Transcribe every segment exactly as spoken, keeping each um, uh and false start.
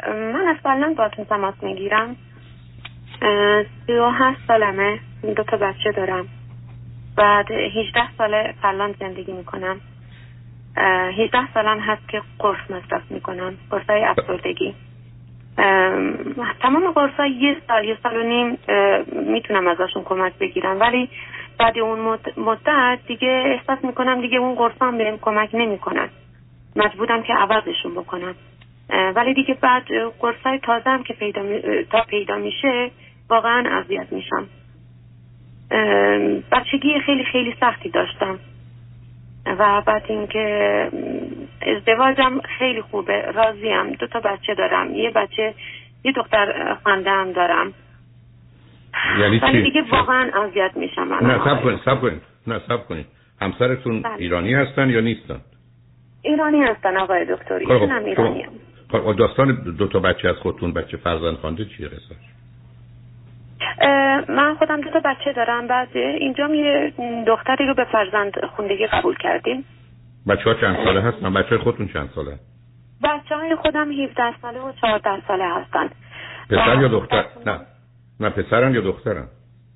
من اصلا باتون تماس میگیرم. سی و هشت سالمه، دو تا بچه دارم. بعد هجده ساله فلان زندگی میکنم. هجده سالم هست که قرص مصرف میکنم، قرصای افسردگی. تمام قرصای یه سال یه سال و نیم میتونم ازشون کمک بگیرم، ولی بعد اون مدت دیگه احساس میکنم دیگه اون قرصا هم بهم کمک نمیکنن، مجبورم که عوضشون بکنم. ولی دیگه بعد قرصای تازه هم که پیدا می... تا پیدا میشه واقعا اذیت میشم. بچگی خیلی خیلی سختی داشتم و بعد اینکه ازدواجم خیلی خوبه، راضیم. دو تا بچه دارم، یه بچه یه دختر خانده هم دارم. یعنی ولی چی؟ دیگه واقعا اذیت میشم. نه صبر کنید صبر کنید نه صبر کنید همسرتون بله. ایرانی هستن یا نیستن؟ ایرانی هستن آقای دکتر. ایشون هم ایرانی هم. خب داستان دو تا بچه از خودتون، بچه فرزند خوانده چیه قصه‌اش؟ من خودم دو تا بچه دارم. بعد اینجا یه دختری رو به فرزند خوندگی قبول کردیم. بچه‌ها چند ساله هستن؟ بچه‌های خودتون چند ساله؟ بچه‌های خودم هفده ساله و چهارده ساله هستن. پسر یا دختر؟ نه نه پسرن یا دخترن؟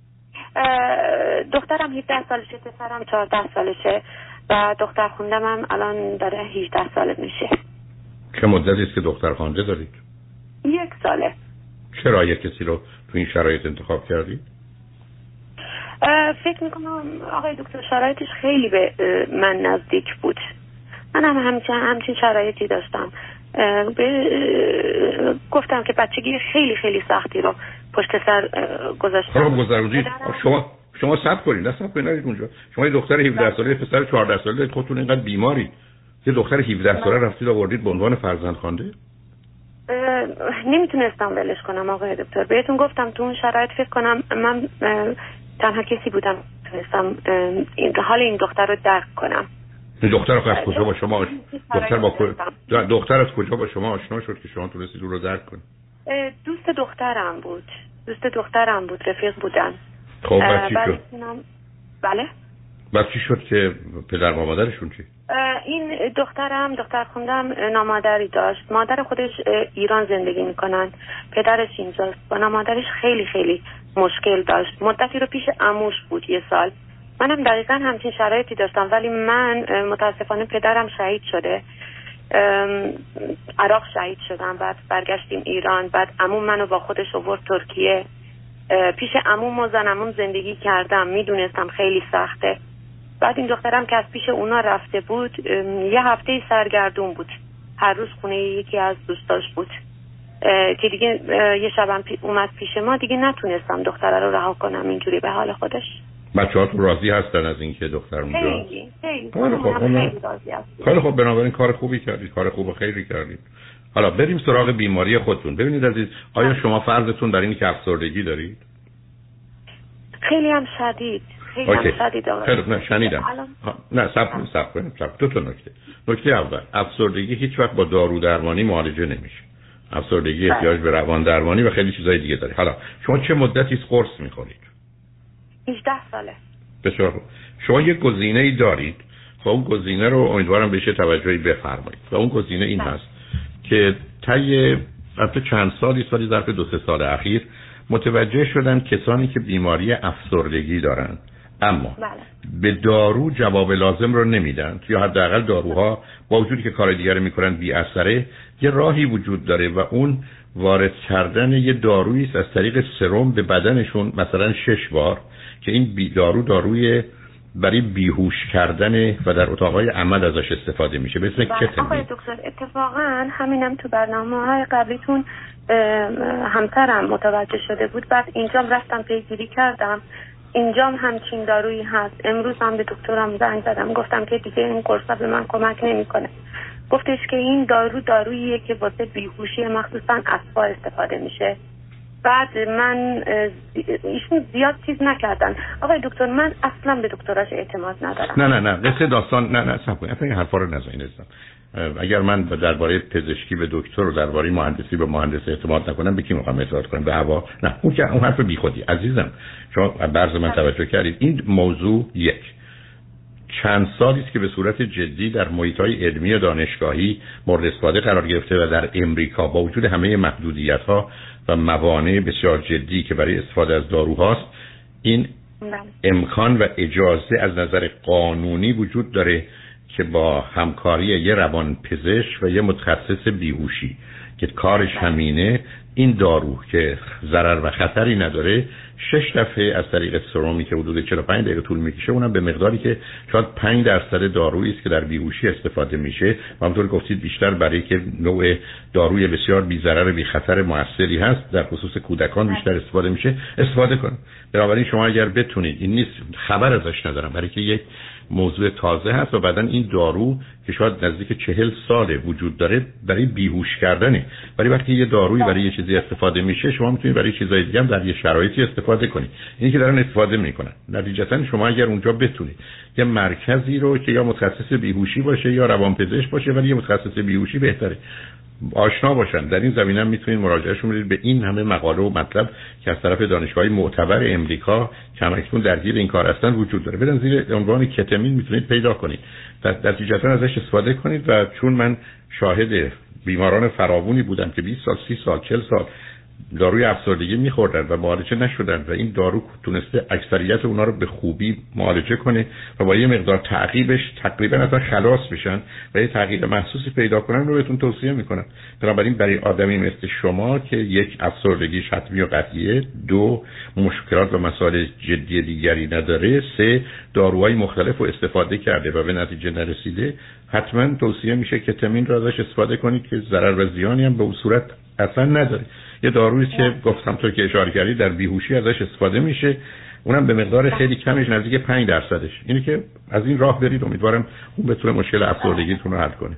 دخترم هفده سالشه، پسرم چهارده سالشه و دختر خوندم هم الان داره هجده ساله میشه. چه مدتی است که دختر خوانده دارید؟ یک ساله. چرا یک کسی رو تو این شرایط انتخاب کردید؟ فکر میکنم آقای دکتر شرایطش خیلی به من نزدیک بود. من هم همچین همچین شرایطی داشتم. به گفتم که بچگی خیلی خیلی سختی رو پشت سر گذاشتم. خب گذروندید. شما شما صبر کنید، نه صبر کنید نرید اونجا. شما یه دختر هفده ساله، پسر چهارده ساله، خودتون اینقدر بیمارید. یه دختر هفده ساله رفتید آوردید به عنوان فرزند خوانده؟ نمیتونستم ولش کنم آقای دکتر. بهتون گفتم تو اون شرایط فکر کنم من تنها کسی بودم تونستم این حال این دختر رو درک کنم. این دختر از کجا با شما دختر با دختر از کجا با شما آشنا شد که شما تونستید اون رو درک کنید؟ دوست دخترم بود. دوست دخترم بود، رفیق بودن. خب بعد چی شد؟ بله؟ بعد چی شد که پدر و مادرشون چی؟ این دخترم دختر خوندم نامادری داشت. مادر خودش ایران زندگی میکنن، پدرش اینجاست. با نامادرش خیلی خیلی مشکل داشت. مدتی رو پیش عموش بود، یه سال. منم دقیقا همچین شرایطی داشتم، ولی من متاسفانه پدرم شهید شده، عراق شهید شدم. بعد برگشتیم ایران. بعد عموم منو با خودش آورد ترکیه. پیش عموم و زنمون زندگی کردم، میدونستم خیلی سخته. بعد این دخترم که از پیش اونا رفته بود یه هفته سرگردون بود، هر روز خونه یکی از دوستاش بود که دیگه یه شبم پی اومد پیش ما. دیگه نتونستم دختره رو رها کنم اینجوری به حال خودش. بچه‌ها تو راضی هستن از اینکه دختر اونجا؟ خیلی خیلی خیلی راضی هستن. خیلی خب، بنابراین کار خوبی کردید، کار خوب و خیلی کردید. حالا بریم سراغ بیماری خودتون. ببینید عزیز، آیا شما فرضتون بر اینه که افسردگی دارید؟ خیلی هم شدید. خیلی هم شدید آقا. خیلی نه شنیدم. نه صبر کنید صبر کنید. دو تا نکته. نکته اول، افسردگی هیچ وقت با دارو درمانی معالجه نمیشه. افسردگی احتیاج به روان درمانی و خیلی چیزای دیگه داره. حالا شما چه مدتی قرص میخورید؟ هجده ساله. بسیار خوب. شما یک گزینه‌ای دارید. خب اون گزینه رو امیدوارم بهش توجهی بفرمایید. و اون گزینه این هست که طی البته چند سالی سالی ظرف دو سه سال اخیر متوجه شدن کسانی که بیماری افسردگی دارن اما بله. به دارو جواب لازم رو نمیدن یا حداقل داروها با وجودی که کار دیگه رو میکنن بی اثره، یه راهی وجود داره و اون وارد کردن یه دارویی است از طریق سرم به بدنشون، مثلا شش بار، که این بی دارو داروی برای بیهوش کردن و در اتاقای عمل ازش استفاده میشه به اسم کتامین. آقای دکتر اتفاقا همینم تو برنامه‌های قبلیتون همسرم متوجه شده بود. بعد اینجام رفتم پیگیری کردم، اینجام همچین دارویی هست. امروز هم به دکترم زنگ زدم، گفتم که دیگه این قرصا به من کمک نمیکنه. گفتش که این دارو داروییه که واسه بیهوشی مخصوصا اطفال استفاده میشه. بعد من ایشون زیاد چیز نکردن. آقای دکتر من اصلا به دکتراش اعتماد ندارم. نه نه نه قصه داستان نه نه صبر کنید. اصلا این حرفا رو نزنید. اگر من درباره پزشکی به دکتر و درباره مهندسی به مهندس اعتماد نکنم به کی میخوام اعتماد کنم؟ به هوا؟ نه اون که اون حرف بیخودی. عزیزم شما به عرض من توجه کردید. این موضوع یک چند سالی است که به صورت جدی در محیط‌های علمی و دانشگاهی مورد استفاده قرار گرفته و در امریکا با وجود همه محدودیت‌ها و موانع بسیار جدی که برای استفاده از داروهاست، این امکان و اجازه از نظر قانونی وجود داره که با همکاری یه روانپزشک و یه متخصص بیهوشی که کارش همینه، این دارو که ضرر و خطری نداره شش دفعه از طریق سرومی که حدود چهل و پنج دقیقه طول میکشه، اونم به مقداری که شاید پنج درصد دارویی است که در بیهوشی استفاده میشه و همونطور گفتید بیشتر برای که نوع داروی بسیار بی ضرر بی خطر موثری هست در خصوص کودکان بیشتر استفاده میشه استفاده کنید. بنابراین شما اگر بتونید، این نیست خبر ازش ندارم، برای که یک موضوع تازه هست و بعدن این دارو که شاید نزدیک چهل ساله وجود داره برای بیهوش کردنه، ولی وقتی یه دارویی برای یه چیزی استفاده میشه شما میتونید برای چیزای دیگه هم در یه شرایطی استفاده کنید. اینی که دارن استفاده میکنن. نتیجتا شما اگر اونجا بتونید یه مرکزی رو که یا متخصص بیهوشی باشه یا روانپزشک باشه، ولی یه متخصص بیهوشی بهتره، آشنا باشن در این زمینه، میتونید مراجعهشون بدید به این همه مقاله و مطلب که از طرف دانشگاهی معتبر امریکا که همکنون درگیر این کار هستن وجود داره. بدون زیر عنوان کتامین میتونید پیدا کنید، نتیجتا ازش استفاده کنید. و چون من شاهد بیماران فراوانی بودم که بیست سال، سی سال، چهل سال داروی افسردگی میخوردن و معالجه نشدن و این دارو تونسته اکثریت اونا رو به خوبی معالجه کنه و با یه مقدار تعقیبش تقریبا اصلا خلاص بشن و یه تغییر محسوسی پیدا کنن رو بهتون توصیه میکنم. بنابراین برای آدمی مثل شما که یک افسردگی حتمی و قطعیه، دو مشکلات و مسائل جدی دیگری نداره، سه داروهای مختلف رو استفاده کرده و به نتیجه نرسیده، حتما توصیه میشه که کتامین رو ازش استفاده کنید که ضرر و زیانی هم به اون صورت اصلا نداره. یه دارویی که گفتم تو که اشاره کردی در بیهوشی ازش استفاده میشه، اونم به مقدار خیلی کمش، نزدیک پنج درصدش. اینه که از این راه برید، امیدوارم اون بتونه مشکل افسردگیتون رو حل کنه.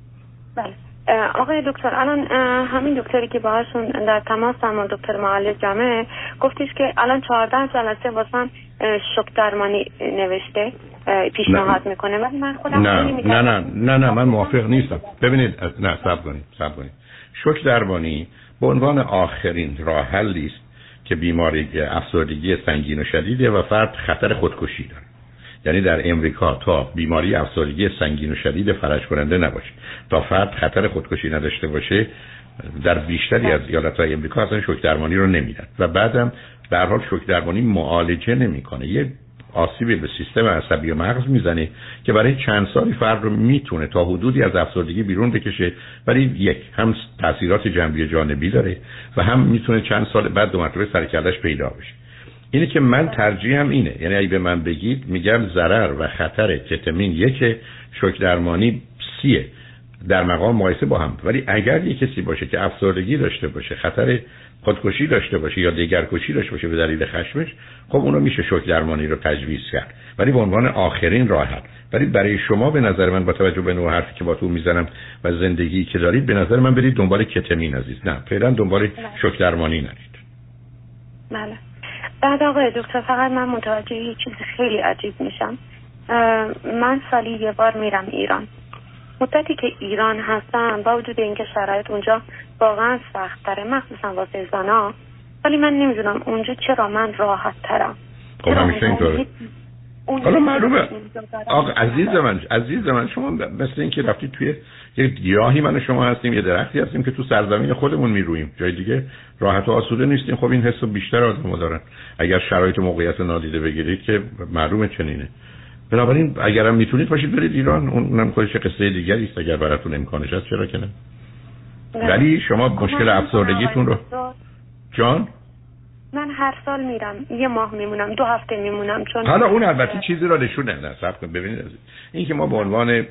بله آقای دکتر، الان همین دکتری که باهاشون در تماسم، دکتر معالج جامعه، گفتیش که الان چهارده جلسه واسم شوک درمانی نوشته پیشنهاد میکنه، ولی من خودم نه نه نه نه نه من موافق نیستم. ببینید نه صبر کنید صبر کنید شوک درمانی به عنوان آخرین راه حلی است که بیماری افسردگی سنگین و شدیده و فرد خطر خودکشی داره. یعنی در امریکا تا بیماری افسردگی سنگین و شدید فلج کننده نباشه، تا فرد خطر خودکشی نداشته باشه، در بیشتری از ایالت‌های امریکا اصلا شوک درمانی رو نمیدن و بعدم به هر حال شوک درمانی معالجه نمیکنه، یه آسیبی به سیستم عصبی و مغز میزنه که برای چند سالی فرد رو میتونه تا حدودی از افسردگی بیرون بکشه، ولی یک هم تاثیرات جنبی جانبی داره و هم میتونه چند سال بعد دو مرتبه سرکلش پیدا بشه. اینه که من ترجیحم اینه، یعنی اگه به من بگید میگم ضرر و خطر کتامین یک، شوک درمانی سیه در مقام مقایسه با هم. ولی اگر یک کسی باشه که افسردگی داشته باشه، خطر خودکشی داشته باشه یا دیگرکشی داشته باشه به دلیل خشمش، خب اونو میشه شوک درمانی رو تجویز کرد، ولی به عنوان آخرین راه حل. ولی برای شما به نظر من با توجه به نوع حرفی که با تو میزنم و زندگی که دارید، به نظر من برید دنبال کتامین عزیز، نه فعلا دنبال شوک درمانی نرید. بله. بعد آقای دکتر فقط من متوجه یه چیز خیلی عجیب میشم. من سالی یه بار میرم ایران. مدتی که ایران هستم با وجود اینکه شرایط اونجا واقعا سخت تره مخصوصا واسه زنا، ولی من نمیدونم اونجا چرا من راحت ترم. خب همیشه اینطوره. حالا معلومه آقا عزیز من عزیز من شما مثل این که رفتید توی یک گیاهی من و شما هستیم، یه درختی هستیم که تو سرزمین خودمون میرویم، جای دیگه راحت و آسوده نیستیم. خب این حسو بیشتر آدم‌ها دارن. اگر شرایط و موقعیت نادیده بگیرید که معلومه چنینه. بنابراین اگرم میتونید باشید برید ایران، اونم خودش قصه دیگری است. اگر براتون امکانش هست چرا که نه. ولی شما مشکل افسردگیتون رو جان من هر سال میرم، یه ماه میمونم، دو هفته میمونم، چون حالا اون البته چیزی را نشون نمیده. صبر کن ببینید این که ما به عنوان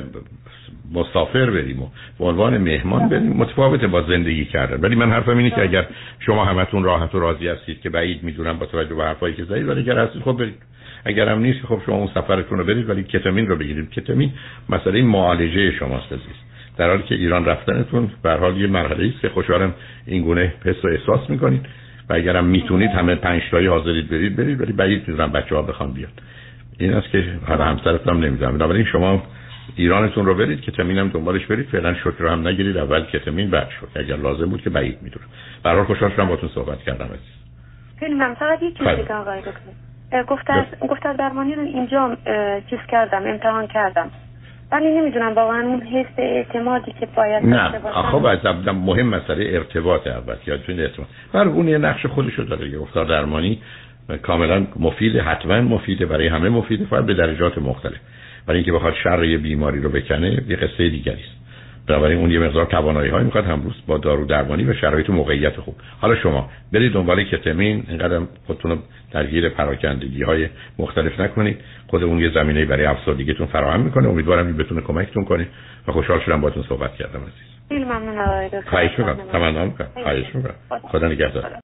مسافر بریم و به عنوان مهمان بریم متفاوته با زندگی کردن. ولی من حرفم اینه که اگر شما همتون راحت و راضی هستید که بعید میدونم با توجه به حرفایی که زدید، ولی اگر هستید خب برید، اگر هم نیست خب شما اون سفرتون رو برید، ولی کتامین رو بگیرید. کتامین مسئله معالجه شماست عزیز، در حالی که ایران رفتنتون به هر حال یه مرحله است که خوشحالم این گونه حس و احساس میکنید و اگرم میتونید همه پنج تایی حاضرید برید برید، ولی بعید میدونم بچه‌ها بخوان بیاد. این است که هر همسرتون نمیدونم. بنابراین شما ایرانتون رو برید، کتامین هم دنبالش برید، فعلا شوک رو هم نگیرید، اول کتامین بعد شوک اگر لازم بود که بعید میدونم. به هر حال خوشحال شدم باهاتون صحبت کردم عزیز. خیلی ممنون. فقط یک چیزی که آقای دکتر گفتار گفتار درمانی رو اینجا چیز کردم، امتحان کردم، ولی نمیدونم واقعا اون حس اعتمادی که باید نه خب از مهم مسئله ارتباط اول یادتون ارتباط برای اون یه نقش خودشو داره. یه گفتار درمانی کاملا مفیده، حتما مفیده، برای همه مفیده، فقط به درجات مختلف. برای اینکه بخواد شر یه بیماری رو بکنه یه قصه دیگری است. بنابراین اون یه مقدار توانایی‌های میخواد همروز با دارو درمانی و شرایط و موقعیت خوب. حالا شما برید دنبال کتامین، اینقدر خودتون رو درگیر پراکندگی‌های مختلف نکنید. خود اون یه زمینه‌ای برای افسردگیتون فراهم میکنه. امیدوارم این بتونه کمکتون کنه و خوشحال شدم باهاتون صحبت کردم عزیز. خیلی ممنون آقای دکتر. خواهش می‌کنم. تمام کنم. خواهش می‌کنم. خدا نگهدار.